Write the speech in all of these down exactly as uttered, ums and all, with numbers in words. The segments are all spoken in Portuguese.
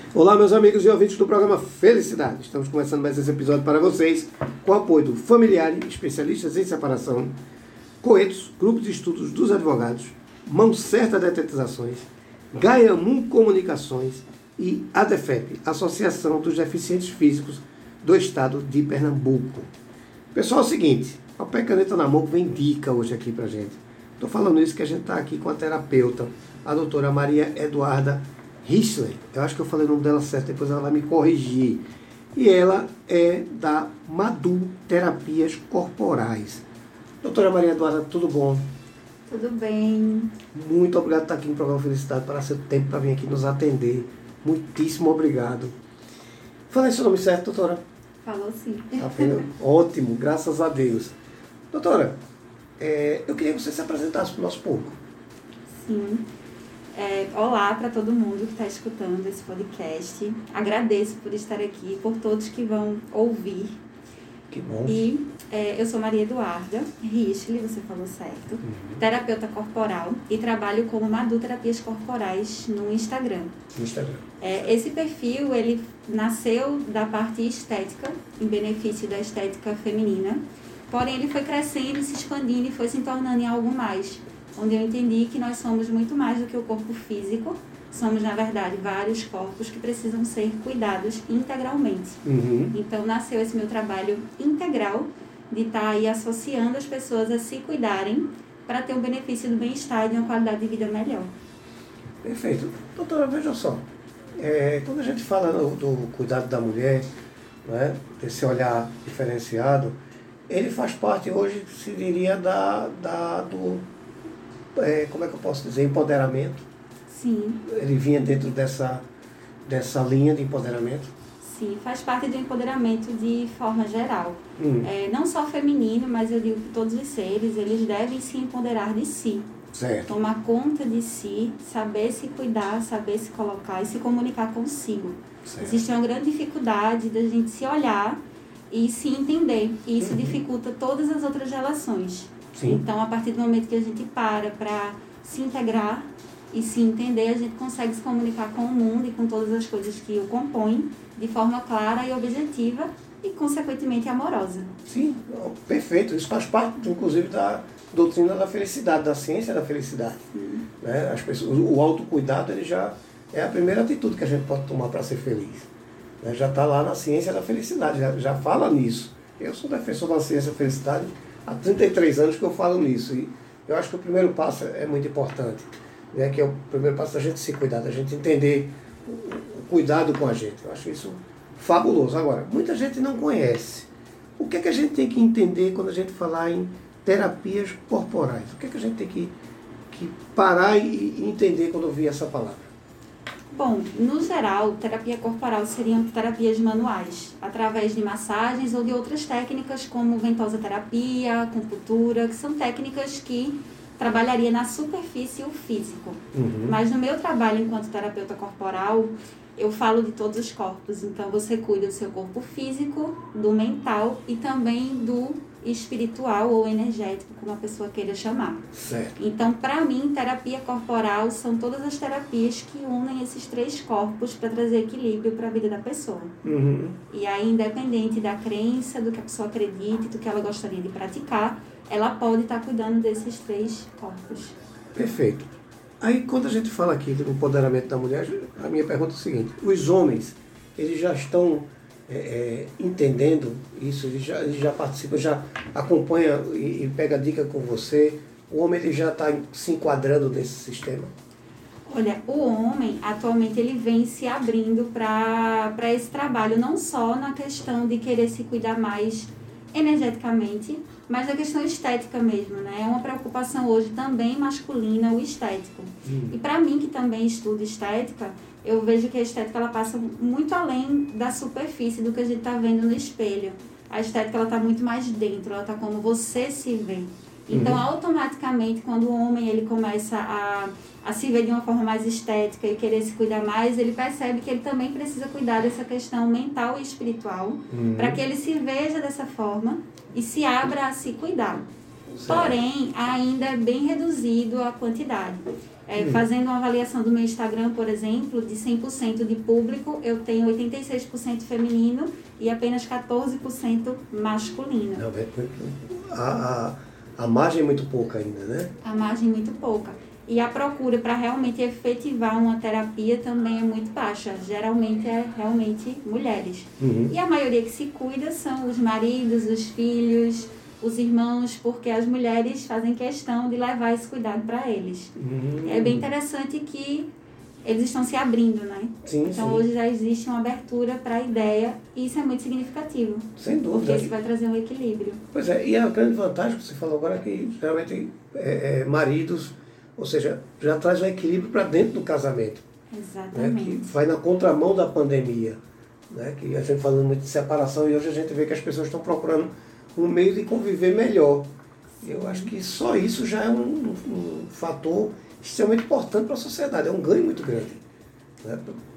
Olá, meus amigos e ouvintes do programa Felicidade. Estamos começando mais esse episódio para vocês com o apoio do Familiare, especialistas em separação, Coetos, Grupo de Estudos dos Advogados, Mão Certa Detetizações, Gaiamun Comunicações e A D E F E P, Associação dos Deficientes Físicos do Estado de Pernambuco. Pessoal, é o seguinte, papel e caneta na mão vem dica hoje aqui pra gente. Estou falando isso que a gente está aqui com a terapeuta, a doutora Maria Eduarda Rischler. Eu acho que eu falei o nome dela certo, depois ela vai me corrigir. E ela é da Madu Terapias Corporais. Doutora Maria Eduarda, tudo bom? Tudo bem. Muito obrigado por estar aqui no programa Felicidade, para seu tempo para vir aqui nos atender. Muitíssimo obrigado. Falei seu nome certo, doutora? Falou sim. Tá vendo? Ótimo, graças a Deus. Doutora, é, eu queria que você se apresentasse para o nosso público. Sim. É, olá para todo mundo que está escutando esse podcast. Agradeço por estar aqui, por todos que vão ouvir. Que bom. E é, eu sou Maria Eduarda Rischler, você falou certo, uhum. terapeuta corporal e trabalho como Madu Terapias Corporais no Instagram. No Instagram. É, esse perfil, ele nasceu da parte estética, em benefício da estética feminina, porém ele foi crescendo, se expandindo e foi se tornando em algo mais, onde eu entendi que nós somos muito mais do que o corpo físico, somos, na verdade, vários corpos que precisam ser cuidados integralmente. Uhum. Então, nasceu esse meu trabalho integral de estar aí associando as pessoas a se cuidarem para ter um benefício do bem-estar e de uma qualidade de vida melhor. Perfeito. Doutora, veja só, é, quando a gente fala do, do cuidado da mulher, né, desse olhar diferenciado, ele faz parte hoje, se diria, da, da, do, é, como é que eu posso dizer, empoderamento. Sim. Ele vinha dentro dessa, dessa linha de empoderamento? Sim, faz parte do empoderamento de forma geral. Hum. É, não só feminino, mas eu digo que todos os seres, eles devem se empoderar de si. Certo. Tomar conta de si, saber se cuidar, saber se colocar e se comunicar consigo. Certo. Existe uma grande dificuldade da gente se olhar e se entender. E isso uhum. dificulta todas as outras relações. Sim. Então, a partir do momento que a gente para para se integrar e se entender, a gente consegue se comunicar com o mundo e com todas as coisas que o compõem de forma clara e objetiva e, consequentemente, amorosa. Sim, perfeito. Isso faz parte, inclusive, da doutrina da felicidade, da ciência da felicidade. Sim. Né? As pessoas, o autocuidado ele já é a primeira atitude que a gente pode tomar para ser feliz. Né? Já está lá na ciência da felicidade, já, já fala nisso. Eu sou defensor da ciência da felicidade há trinta e três anos que eu falo nisso. E eu acho que o primeiro passo é muito importante. Né, que é o primeiro passo da gente se cuidar, da gente entender o, o cuidado com a gente. Eu acho isso fabuloso. Agora, muita gente não conhece. O que é que a gente tem que entender quando a gente falar em terapias corporais? O que é que a gente tem que, que parar e, e entender quando ouvir essa palavra? Bom, no geral, terapia corporal seriam terapias manuais, através de massagens ou de outras técnicas como ventosa terapia, acupuntura, que são técnicas que trabalharia na superfície o físico. Uhum. Mas no meu trabalho enquanto terapeuta corporal, eu falo de todos os corpos. Então, você cuida do seu corpo físico, do mental e também do espiritual ou energético, como a pessoa queira chamar. Certo. Então, para mim, terapia corporal são todas as terapias que unem esses três corpos para trazer equilíbrio para a vida da pessoa. Uhum. E aí, independente da crença, do que a pessoa acredite, do que ela gostaria de praticar, ela pode estar cuidando desses três corpos. Perfeito. Aí, quando a gente fala aqui do empoderamento da mulher, a minha pergunta é o seguinte: os homens, eles já estão é, é, entendendo isso, eles já, eles já participam, já acompanham e, e pega dica com você? O homem ele já está se enquadrando nesse sistema? Olha, o homem, atualmente, ele vem se abrindo para para esse trabalho, não só na questão de querer se cuidar mais energeticamente, mas na questão estética mesmo, né? É uma preocupação hoje também masculina, o estético. Hum. E para mim, que também estudo estética, eu vejo que a estética ela passa muito além da superfície do que a gente está vendo no espelho. A estética ela está muito mais dentro, ela está como você se vê. Então, uhum. automaticamente, quando o homem ele começa a, a se ver de uma forma mais estética e querer se cuidar mais, ele percebe que ele também precisa cuidar dessa questão mental e espiritual, uhum. para que ele se veja dessa forma e se abra a se cuidar. Certo. Porém, ainda é bem reduzido a quantidade. É, Hum. Fazendo uma avaliação do meu Instagram, por exemplo, de cem por cento de público, eu tenho oitenta e seis por cento feminino e apenas quatorze por cento masculino. Não, é- a, a, a margem é muito pouca ainda, né? A margem é muito pouca. E a procura para realmente efetivar uma terapia também é muito baixa. Geralmente é realmente mulheres. Uhum. E a maioria que se cuida são os maridos, os filhos, os irmãos, porque as mulheres fazem questão de levar esse cuidado para eles. Uhum. É bem interessante que eles estão se abrindo, né? Sim, Então sim. hoje já existe uma abertura para a ideia e isso é muito significativo. Sem Porque dúvida. isso vai trazer um equilíbrio. Pois é, e a grande vantagem que você falou agora é que geralmente é, é, maridos, ou seja, já traz um equilíbrio para dentro do casamento, né, Exatamente. que vai na contramão da pandemia, né, que a gente falando muito de separação e hoje a gente vê que as pessoas estão procurando um meio de conviver melhor. Eu acho que só isso já é um, um, um fator extremamente importante para a sociedade, é um ganho muito grande, né,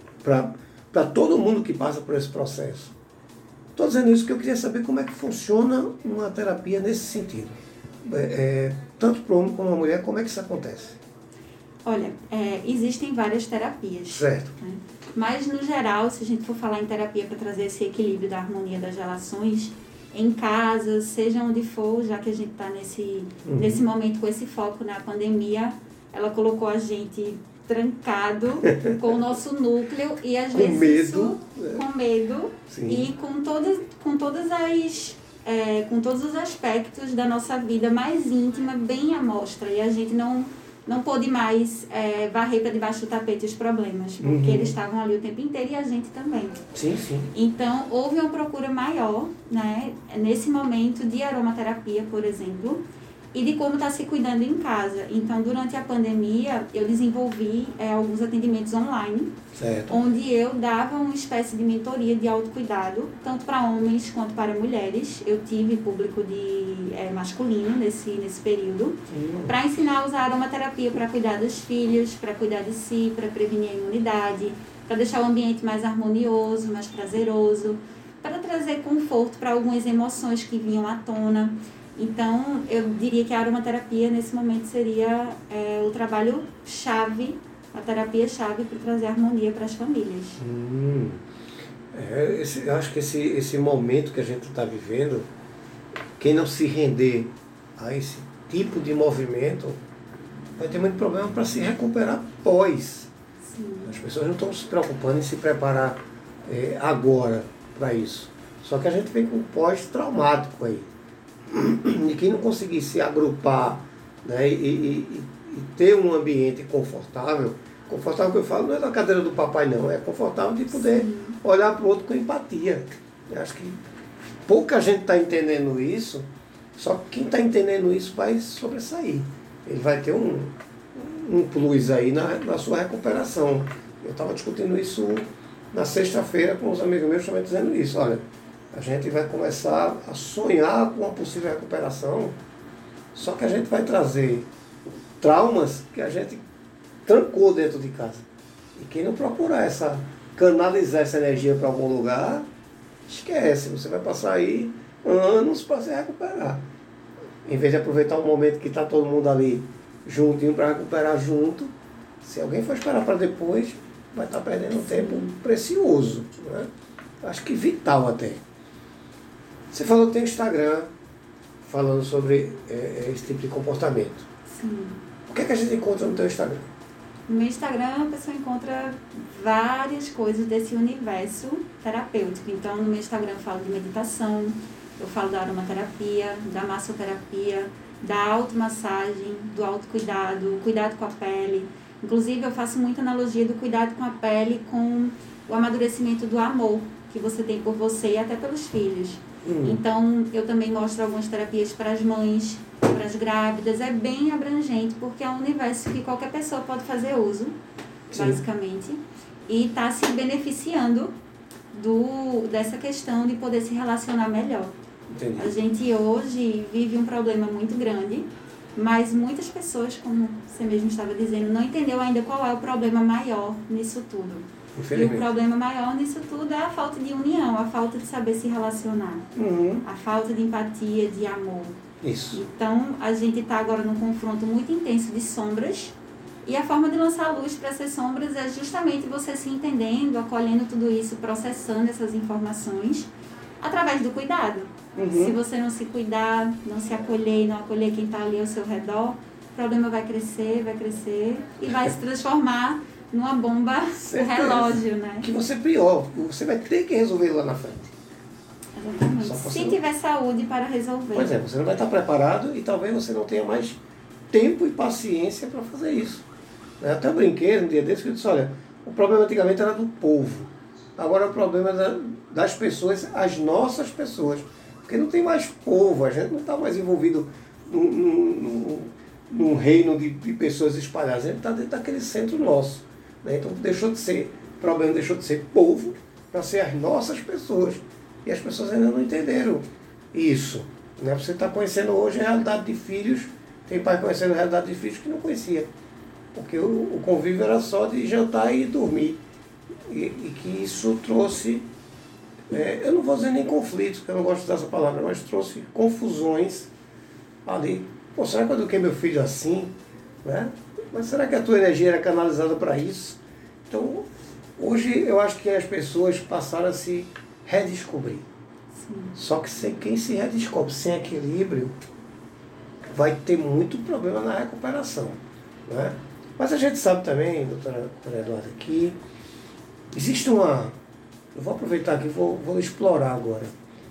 para todo mundo que passa por esse processo. Estou dizendo isso porque eu queria saber como é que funciona uma terapia nesse sentido. É, é, tanto para o homem como para a mulher, como é que isso acontece? Olha, é, existem várias terapias. Certo. Né? Mas, no geral, se a gente for falar em terapia para trazer esse equilíbrio da harmonia das relações, em casa, seja onde for, já que a gente está nesse, Uhum. nesse momento com esse foco na pandemia, ela colocou a gente trancado com o nosso núcleo e às Com vezes medo, isso, né? com medo Sim. e com todas, com todas as é, com todos os aspectos da nossa vida mais íntima bem à mostra e a gente não não pôde mais é, varrer para debaixo do tapete os problemas, porque Uhum. eles estavam ali o tempo inteiro e a gente também. Sim, sim. Então, houve uma procura maior, né, nesse momento de aromaterapia, por exemplo, e de como está se cuidando em casa. Então, durante a pandemia, eu desenvolvi é, alguns atendimentos online, Certo. onde eu dava uma espécie de mentoria de autocuidado, tanto para homens quanto para mulheres. Eu tive público de é, masculino nesse, nesse período, Hum. para ensinar a usar aromaterapia para cuidar dos filhos, para cuidar de si, para prevenir a imunidade, para deixar o ambiente mais harmonioso, mais prazeroso, para trazer conforto para algumas emoções que vinham à tona. Então, eu diria que a aromaterapia, nesse momento, seria é, o trabalho chave, a terapia chave para trazer harmonia para as famílias. Hum. É, esse, eu acho que esse, esse momento que a gente está vivendo, quem não se render a esse tipo de movimento, vai ter muito problema para se recuperar pós. Sim. As pessoas não estão se preocupando em se preparar é, agora para isso. Só que a gente vem com um pós-traumático aí. E quem não conseguir se agrupar, né, e, e, e ter um ambiente confortável, confortável que eu falo não é na cadeira do papai não, é confortável de poder Sim. olhar para o outro com empatia. Eu acho que pouca gente está entendendo isso, só que quem está entendendo isso vai sobressair. Ele vai ter um, um plus aí na, na sua recuperação. Eu estava discutindo isso na sexta-feira com os amigos meus, também dizendo isso. Olha, a gente vai começar a sonhar com uma possível recuperação, só que a gente vai trazer traumas que a gente trancou dentro de casa. E quem não procurar essa, canalizar essa energia para algum lugar, esquece, você vai passar aí anos para se recuperar. Em vez de aproveitar um momento que está todo mundo ali juntinho para recuperar junto, se alguém for esperar para depois, vai estar perdendo um tempo precioso, né? Acho que vital até. Você falou que tem Instagram falando sobre é, esse tipo de comportamento. Sim. O que é que a gente encontra no teu Instagram? No meu Instagram, a pessoa encontra várias coisas desse universo terapêutico. Então, no meu Instagram eu falo de meditação, eu falo da aromaterapia, da massoterapia, da automassagem, do autocuidado, cuidado com a pele. Inclusive, eu faço muita analogia do cuidado com a pele com o amadurecimento do amor que você tem por você e até pelos filhos. Hum. Então, eu também mostro algumas terapias para as mães, para as grávidas. É bem abrangente, porque é um universo que qualquer pessoa pode fazer uso, Sim. basicamente, e está se beneficiando do, dessa questão de poder se relacionar melhor. Entendi. A gente hoje vive um problema muito grande, mas muitas pessoas, como você mesmo estava dizendo, não entendeu ainda qual é o problema maior nisso tudo. E o problema maior nisso tudo é a falta de união, a falta de saber se relacionar, Uhum. a falta de empatia, de amor. Isso. Então, a gente está agora num confronto muito intenso de sombras, E a forma de lançar luz para essas sombras é justamente você se entendendo, acolhendo tudo isso, processando essas informações através do cuidado. Uhum. Se você não se cuidar, não se acolher, não acolher quem está ali ao seu redor, o problema vai crescer, vai crescer e vai se transformar numa bomba relógio, né? Que você pior, você vai ter que resolver lá na frente. Exatamente. Se não... tiver saúde para resolver. Pois é, você não vai estar preparado e talvez você não tenha mais tempo e paciência para fazer isso. Eu até brinquei um dia desse que eu disse, olha, o problema antigamente era do povo. Agora o problema é das pessoas, as nossas pessoas. Porque não tem mais povo, a gente não está mais envolvido num, num, num reino de, de pessoas espalhadas. A gente está dentro daquele centro nosso. Né? Então deixou de ser, o problema deixou de ser povo para ser as nossas pessoas. E as pessoas ainda não entenderam isso. Né? Você está conhecendo hoje a realidade de filhos, tem pai conhecendo a realidade de filhos que não conhecia. Porque o, o convívio era só de jantar e dormir. E, e que isso trouxe, é, eu não vou dizer nem conflitos, porque eu não gosto dessa palavra, mas trouxe confusões ali. Pô, será que eu eduquei meu filho assim? Né? Mas será que a tua energia era canalizada para isso? Então, hoje eu acho que as pessoas passaram a se redescobrir. Sim. Só que sem quem se redescobre sem equilíbrio, vai ter muito problema na recuperação. Né? Mas a gente sabe também, doutora, doutora Eduarda, que existe uma... Eu vou aproveitar aqui, vou, vou explorar agora,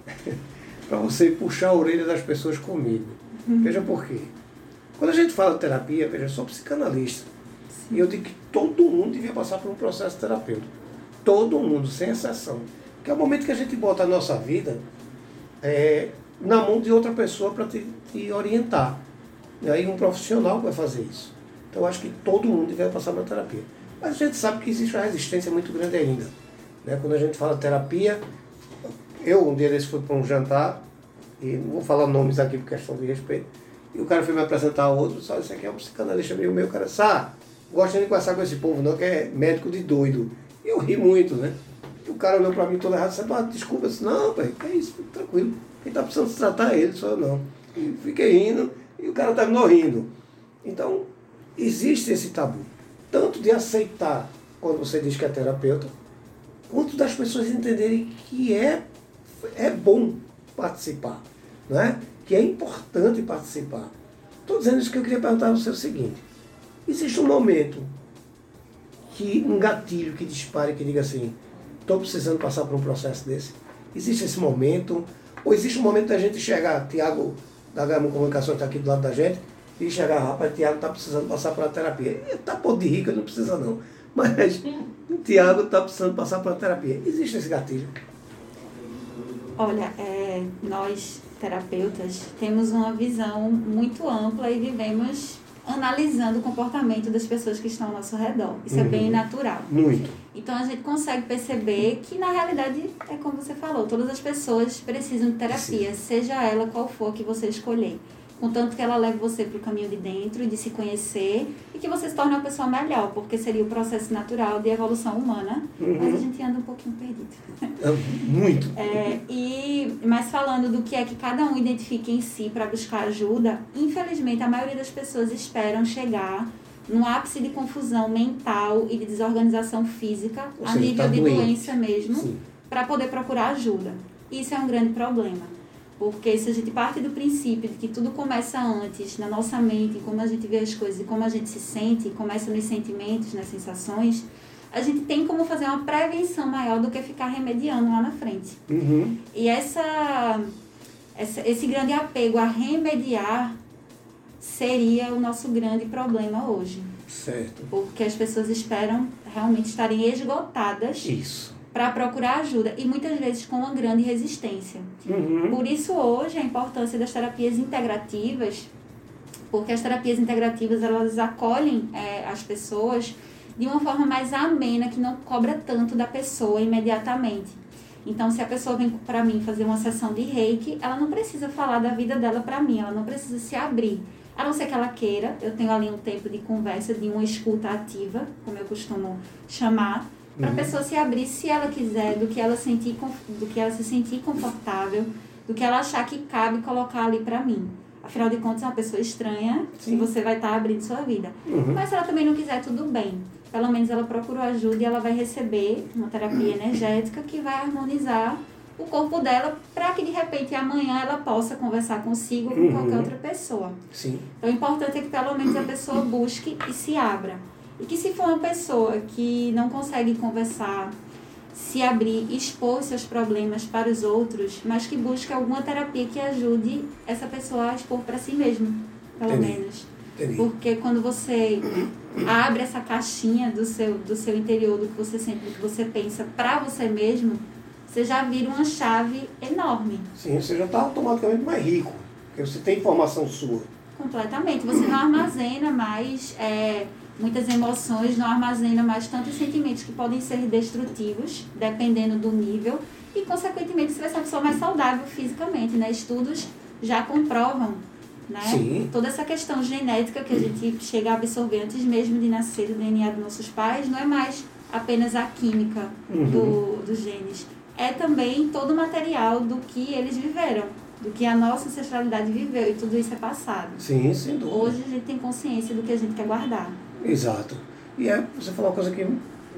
para você puxar a orelha das pessoas comigo. Uhum. Veja por quê. Quando a gente fala de terapia, veja, eu sou psicanalista. Sim. E eu digo que todo mundo devia passar por um processo terapêutico. Todo mundo, sem exceção. Porque é o momento que a gente bota a nossa vida é, na mão de outra pessoa para te, te orientar. E aí um profissional vai fazer isso. Então eu acho que todo mundo deve passar por terapia. Mas a gente sabe que existe uma resistência muito grande ainda. Né? Quando a gente fala terapia, eu um dia desse fui para um jantar, e não vou falar nomes aqui por questão de respeito, e o cara foi me apresentar a outro, só isso aqui é um psicanalista meio meu, o cara disse, ah, gosta de conversar com esse povo não, que é médico de doido. E eu ri muito, né? E o cara olhou para mim todo errado, disse, ah, desculpa, eu disse, não, pai, que é isso, tranquilo, quem está precisando se tratar é ele, só eu não. E fiquei rindo, e o cara terminou rindo. Então, existe esse tabu, tanto de aceitar quando você diz que é terapeuta, quanto das pessoas entenderem que é, é bom participar, não é? Que é importante participar. Estou dizendo isso que eu queria perguntar a você o seguinte, existe um momento, que um gatilho que dispare, que diga assim, estou precisando passar por um processo desse? Existe esse momento? Ou existe um momento da gente chegar, Tiago da Gama Comunicação está aqui do lado da gente, e chegar, rapaz, Tiago está precisando passar por uma terapia. Está pô de rica, não precisa não. Mas o Tiago está precisando passar por uma terapia. Existe esse gatilho? Olha, é, nós, terapeutas, temos uma visão muito ampla e vivemos analisando o comportamento das pessoas que estão ao nosso redor. Isso uhum. é bem natural. Muito. Então a gente consegue perceber que, na realidade, é como você falou, todas as pessoas precisam de terapia, Sim. seja ela qual for que você escolher. Contanto que ela leve você para o caminho de dentro, de se conhecer e que você se torne uma pessoa melhor, porque seria o processo natural de evolução humana, uhum. mas a gente anda um pouquinho perdido. É, muito. É, e, mas falando do que é que cada um identifica em si para buscar ajuda, infelizmente a maioria das pessoas esperam chegar num ápice de confusão mental e de desorganização física, Ou a seja, nível tá de doente. doença mesmo, para poder procurar ajuda. Isso é um grande problema. Porque se a gente parte do princípio de que tudo começa antes, na nossa mente, em como a gente vê as coisas e como a gente se sente, começa nos sentimentos, nas sensações, a gente tem como fazer uma prevenção maior do que ficar remediando lá na frente. Uhum. E essa, essa, esse grande apego a remediar seria o nosso grande problema hoje. Certo. Porque as pessoas esperam realmente estarem esgotadas. Isso. Para procurar ajuda, e muitas vezes com uma grande resistência. Uhum. Por isso, hoje, a importância das terapias integrativas, porque as terapias integrativas, elas acolhem é, as pessoas de uma forma mais amena, que não cobra tanto da pessoa imediatamente. Então, se a pessoa vem para mim fazer uma sessão de reiki, ela não precisa falar da vida dela para mim, ela não precisa se abrir. A não ser que ela queira, eu tenho ali um tempo de conversa, de uma escuta ativa, como eu costumo chamar, para a uhum. pessoa se abrir, se ela quiser, do que ela, sentir, do que ela se sentir confortável, do que ela achar que cabe colocar ali para mim. Afinal de contas, é uma pessoa estranha Sim. que você vai estar abrindo sua vida. Uhum. Mas se ela também não quiser, tudo bem. Pelo menos ela procurou ajuda e ela vai receber uma terapia energética que vai harmonizar o corpo dela para que, de repente, amanhã ela possa conversar consigo ou com Uhum. qualquer outra pessoa. Sim. Então, o importante é que, pelo menos, a pessoa busque e se abra. E que, se for uma pessoa que não consegue conversar, se abrir, expor seus problemas para os outros, mas que busque alguma terapia que ajude essa pessoa a expor para si mesma, pelo Entendi. menos. Entendi. Porque quando você abre essa caixinha do seu, do seu interior, do que você sente, do que você pensa para você mesmo, você já vira uma chave enorme. Sim, você já está automaticamente mais rico, porque você tem informação sua. Completamente. Você não armazena mais é, muitas emoções, não armazena mais tantos sentimentos que podem ser destrutivos, dependendo do nível, e, consequentemente, você vai ser uma pessoa mais saudável fisicamente, né? Estudos já comprovam, né? Sim. Toda essa questão genética que a gente chega a absorver antes mesmo de nascer do D N A dos nossos pais, não é mais apenas a química Uhum. do, dos genes. É também todo o material do que eles viveram, do que a nossa ancestralidade viveu, e tudo isso é passado. Sim, sem dúvida. Hoje a gente tem consciência do que a gente quer guardar. Exato. E é, você falou uma coisa que eu,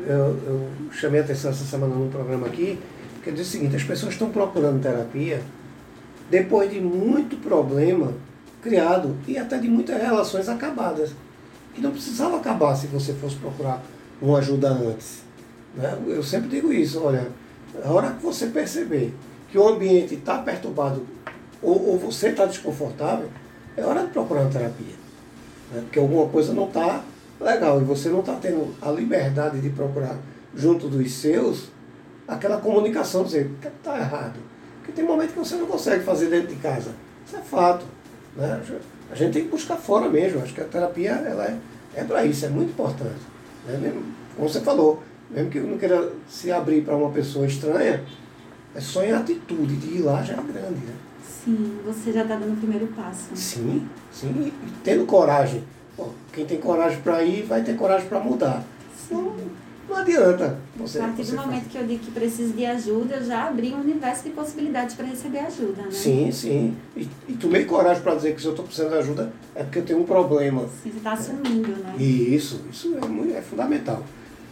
eu chamei a atenção essa semana num programa aqui, que é o seguinte: as pessoas estão procurando terapia depois de muito problema criado e até de muitas relações acabadas, que não precisava acabar se você fosse procurar uma ajuda antes, né? Eu sempre digo isso: olha, a hora que você perceber que o ambiente está perturbado ou, ou você está desconfortável, é hora de procurar uma terapia, né? Porque alguma coisa não está legal e você não está tendo a liberdade de procurar junto dos seus aquela comunicação, dizer o que está errado. Porque tem momentos que você não consegue fazer dentro de casa. Isso é fato, né? A gente tem que buscar fora mesmo. Acho que a terapia ela é, é para isso, é muito importante, né? Mesmo, como você falou, mesmo que eu não queira se abrir para uma pessoa estranha, é só em atitude de ir lá já é grande, né? Sim, você já está dando o primeiro passo. Sim, sim, e tendo coragem. Pô, quem tem coragem para ir vai ter coragem para mudar. Não, não adianta você. A partir você do momento faz. que eu digo que preciso de ajuda, eu já abri um universo de possibilidades para receber ajuda, né? Sim, sim. E, e tomei coragem para dizer que se eu estou precisando de ajuda é porque eu tenho um problema. Sim, você está assumindo, né? E isso, isso é, muito, é fundamental.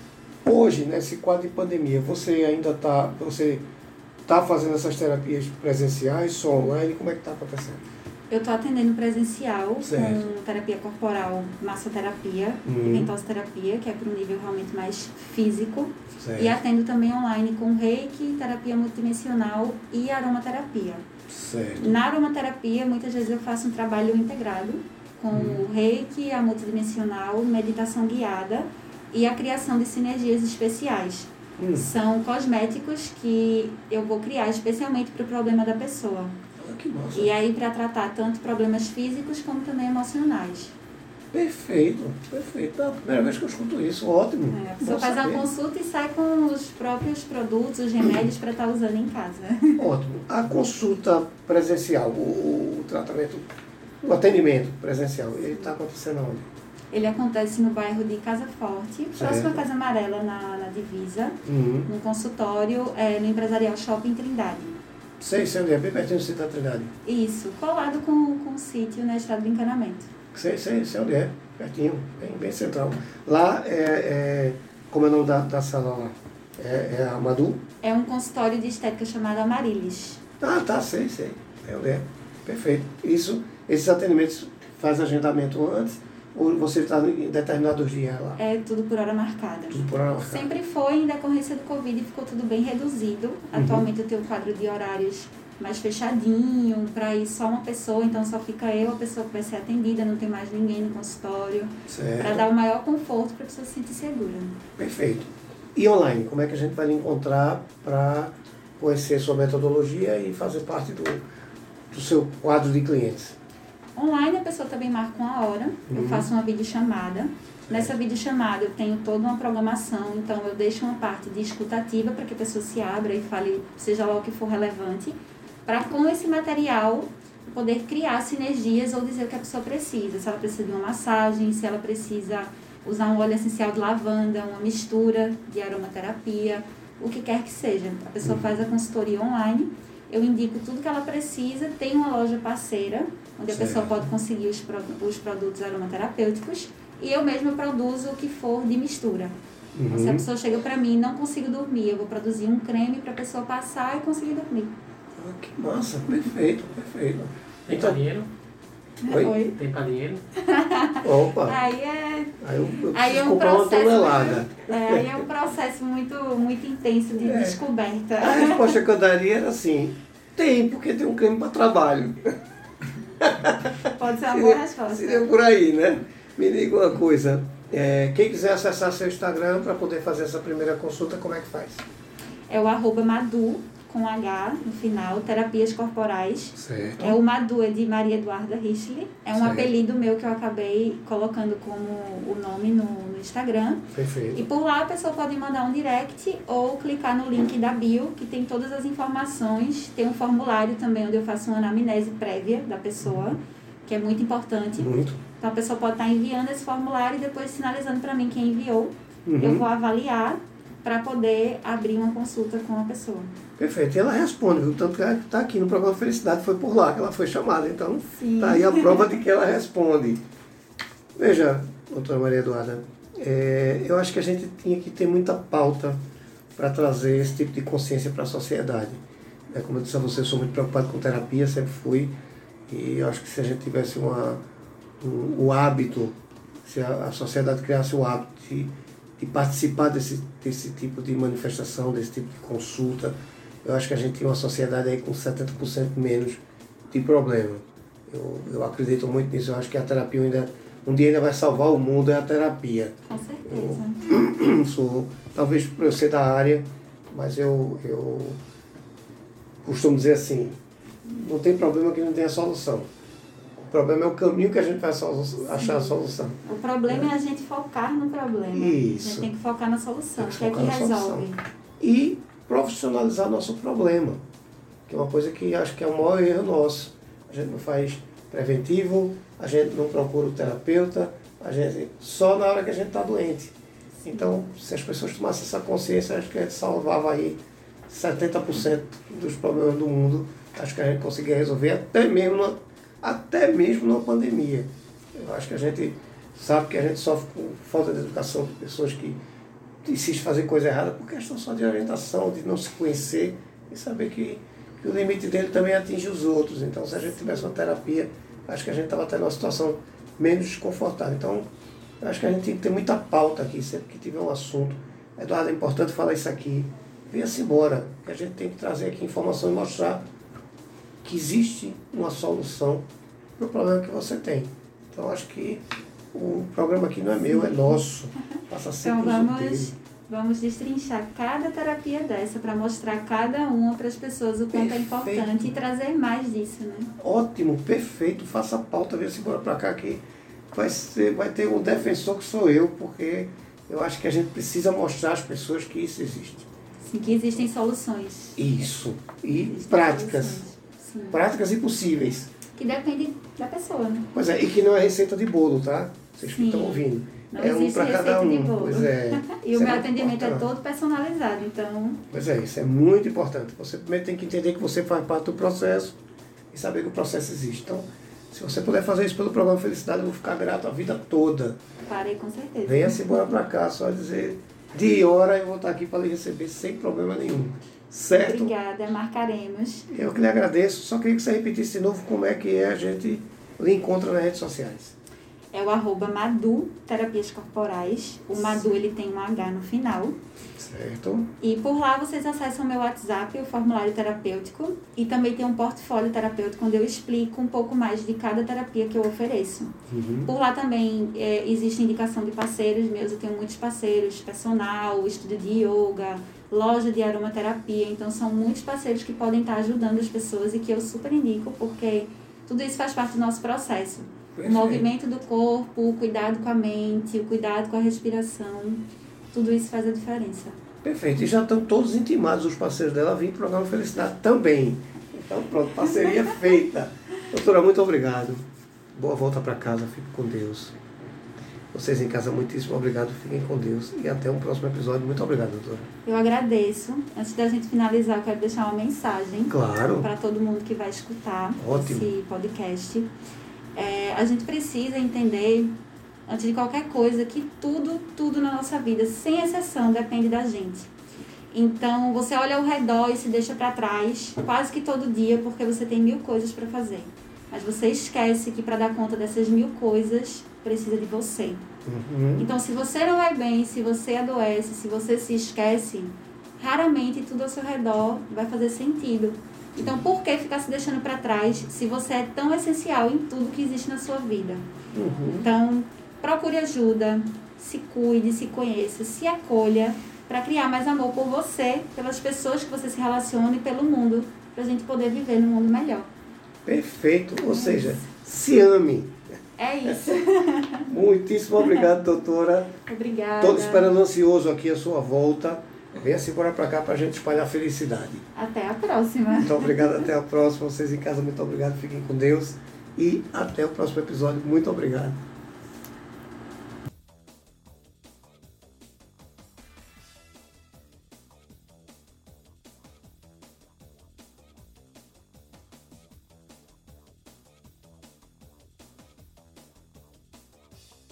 Hoje, nesse quadro de pandemia, você ainda está, você está fazendo essas terapias presenciais, só online? Como é que está acontecendo? Eu estou atendendo presencial Certo. com terapia corporal, massoterapia Uhum. e ventosoterapia, que é para um nível realmente mais físico. Certo. E atendo também online com reiki, terapia multidimensional e aromaterapia. Certo. Na aromaterapia, muitas vezes eu faço um trabalho integrado com Uhum. o reiki, a multidimensional, meditação guiada e a criação de sinergias especiais. Hum. São cosméticos que eu vou criar especialmente para o problema da pessoa. Ah, que massa. E aí para tratar tanto problemas físicos como também emocionais. Perfeito, perfeito. É a primeira vez que eu escuto isso, ótimo. É, a pessoa Bom faz uma saber. consulta e sai com os próprios produtos, os remédios para estar usando em casa. Ótimo. A consulta presencial, o, o tratamento, o atendimento presencial, ele está acontecendo onde? Ele acontece no bairro de Casa Forte, próximo à Casa Amarela, na, na divisa, Uhum. no consultório, é, no Empresarial Shopping Trindade. Sei, sei onde é, bem pertinho do sítio da Trindade. Isso, colado com, com o sítio na Estrada do Encanamento. Sei, sei, sei onde é, pertinho, bem, bem central. Lá é, é, como é o nome da, da sala lá? É, é a Madu? É um consultório de estética chamado Amarilis. Ah, tá, sei, sei. É onde é. Perfeito. Isso, esses atendimentos faz agendamento antes ou você está em determinados dias lá? É tudo por hora marcada. Tudo por hora marcada. Sempre foi em decorrência do Covid e ficou tudo bem reduzido. Atualmente eu tenho um quadro de horários mais fechadinho, para ir só uma pessoa, então só fica eu, a pessoa que vai ser atendida, não tem mais ninguém no consultório, para Certo. dar o maior conforto para a pessoa se sentir segura. Perfeito. E online, como é que a gente vai lhe encontrar para conhecer sua metodologia e fazer parte do, do seu quadro de clientes? Online a pessoa também marca uma hora, eu Uhum. faço uma videochamada. Nessa videochamada eu tenho toda uma programação, então eu deixo uma parte de escutativa para que a pessoa se abra e fale, seja lá o que for relevante, para com esse material poder criar sinergias ou dizer o que a pessoa precisa. Se ela precisa de uma massagem, se ela precisa usar um óleo essencial de lavanda, uma mistura de aromaterapia, o que quer que seja. A pessoa faz a consultoria online, eu indico tudo que ela precisa, tem uma loja parceira, onde a Certo. pessoa pode conseguir os, pro, os produtos aromaterapêuticos, e eu mesma produzo o que for de mistura. Uhum. Então, se a pessoa chega para mim e não consigo dormir, eu vou produzir um creme para a pessoa passar e conseguir dormir. Ah, que massa, perfeito, perfeito. Tem Então, palheiro? Oi? Oi? Tem palheiro? Opa, Aí é, aí eu, eu aí é preciso um comprar uma processo, tonelada. é, aí é um processo muito, muito intenso de É. descoberta. A resposta que eu daria era assim, tem, porque tem um creme para trabalho. Pode ser uma Seria- boa resposta. Seria por aí, né? Me diga uma coisa, é, quem quiser acessar seu Instagram para poder fazer essa primeira consulta, como é que faz? É o arroba Madu, com H no final, Terapias Corporais. Certo. É o Madu, é de Maria Eduarda Richley. É um Certo. apelido meu que eu acabei colocando como o nome no, no Instagram. E Perfeito. por lá a pessoa pode mandar um direct ou clicar no link da bio, que tem todas as informações. Tem um formulário também onde eu faço uma anamnese prévia da pessoa, que é muito importante. Muito. Então a pessoa pode estar enviando esse formulário e depois sinalizando para mim quem enviou. Uhum. Eu vou avaliar para poder abrir uma consulta com a pessoa. Perfeito. E ela responde, viu? Tanto que ela está aqui no programa Felicidade, foi por lá que ela foi chamada. Então, Sim. está aí a prova de que ela responde. Veja, doutora Maria Eduarda, é, eu acho que a gente tinha que ter muita pauta para trazer esse tipo de consciência para a sociedade. É, como eu disse a você, eu sou muito preocupado com terapia, sempre fui. E eu acho que se a gente tivesse uma, um, o hábito, se a, a sociedade criasse o hábito de, de participar desse, desse tipo de manifestação, desse tipo de consulta, eu acho que a gente tinha uma sociedade aí com setenta por cento menos de problema. Eu, eu acredito muito nisso, eu acho que a terapia ainda, um dia ainda vai salvar o mundo, é a terapia. Com certeza. Eu sou, talvez por eu ser da área, mas eu, eu costumo dizer assim, não tem problema que não tenha solução. O problema é o caminho que a gente vai solu- achar a solução. O problema é a gente focar no problema. Isso. A gente tem que focar na solução, Tem que que é que focar na resolve. solução. E profissionalizar nosso problema, que é uma coisa que acho que é o maior erro nosso. A gente não faz preventivo, a gente não procura o terapeuta, a gente só na hora que a gente está doente. Então, se as pessoas tomassem essa consciência, acho que a gente salvava aí setenta por cento dos problemas do mundo. Acho que a gente conseguia resolver até mesmo, na, até mesmo numa pandemia. Eu acho que a gente sabe que a gente sofre com falta de educação de pessoas que insistem em fazer coisa errada por questão só de orientação, de não se conhecer e saber que, que o limite dele também atinge os outros. Então, se a gente tivesse uma terapia, acho que a gente estava tendo uma situação menos desconfortável. Então, eu acho que a gente tem que ter muita pauta aqui, sempre que tiver um assunto. Eduardo, é importante falar isso aqui. Venha-se embora, que a gente tem que trazer aqui informação e mostrar que existe uma solução para o problema que você tem. Então, acho que o programa aqui não é meu, é nosso. Passa a ser Então pro uso vamos, dele. vamos destrinchar cada terapia dessa para mostrar cada uma para as pessoas o quanto é Perfeito. importante e trazer mais disso, né? Ótimo, perfeito, faça a pauta, venha-se embora para cá que vai, ser, vai ter um defensor que sou eu, porque eu acho que a gente precisa mostrar às pessoas que isso existe. Sim, que existem soluções. Isso. E Existem práticas. soluções. Sim. Práticas e possíveis. Que depende da pessoa, né? Pois é, e que não é receita de bolo, tá? Vocês que Sim. estão ouvindo. Não é um existe para cada receita um. de bolo. Pois é. E Isso o meu muito atendimento é importante. todo personalizado, então Pois é, isso é muito importante. Você primeiro tem que entender que você faz parte do processo e saber que o processo existe. Então, se você puder fazer isso pelo programa Felicidade, eu vou ficar grato a vida toda. parei com certeza. Venha-se embora para cá, só dizer de hora eu vou estar aqui para lhe receber sem problema nenhum. Certo? Obrigada, marcaremos. Eu que lhe agradeço, só queria que você repetisse de novo como é que é a gente lhe encontra nas redes sociais. É o arroba Madu, Terapias Corporais. O Madu, ele tem um H no final. Certo? E por lá vocês acessam o meu WhatsApp, o formulário terapêutico. E também tem um portfólio terapêutico, onde eu explico um pouco mais de cada terapia que eu ofereço. Uhum. Por lá também é, existe indicação de parceiros meus. Eu tenho muitos parceiros, personal, estúdio de yoga, loja de aromaterapia. Então são muitos parceiros que podem estar ajudando as pessoas e que eu super indico, porque tudo isso faz parte do nosso processo. Perfeito. O movimento do corpo, o cuidado com a mente, o cuidado com a respiração, tudo isso faz a diferença. Perfeito. E já estão todos intimados, os parceiros dela, a vir para o programa Felicidade também. Então, pronto, parceria feita. Doutora, muito obrigado. Boa volta para casa. Fique com Deus. Vocês em casa, muitíssimo obrigado. Fiquem com Deus e até um próximo episódio. Muito obrigado, doutora. Eu agradeço. Antes da gente finalizar, eu quero deixar uma mensagem Claro. para todo mundo que vai escutar Ótimo. esse podcast. É, a gente precisa entender, antes de qualquer coisa, que tudo, tudo na nossa vida, sem exceção, depende da gente. Então, você olha ao redor e se deixa para trás quase que todo dia, porque você tem mil coisas para fazer. Mas você esquece que para dar conta dessas mil coisas, precisa de você. Uhum. Então, se você não vai bem, se você adoece, se você se esquece, raramente tudo ao seu redor vai fazer sentido. Então, por que ficar se deixando para trás se você é tão essencial em tudo que existe na sua vida? Uhum. Então, procure ajuda, se cuide, se conheça, se acolha, para criar mais amor por você, pelas pessoas que você se relaciona e pelo mundo, para a gente poder viver num mundo melhor. Perfeito. Ou seja, se ame. É isso. Muitíssimo obrigado, doutora. Obrigada. Estou esperando ansioso aqui a sua volta. Venha se embora para cá para a gente espalhar felicidade. Até a próxima. Muito obrigado, até a próxima. Vocês em casa, muito obrigado. Fiquem com Deus. E até o próximo episódio. Muito obrigado.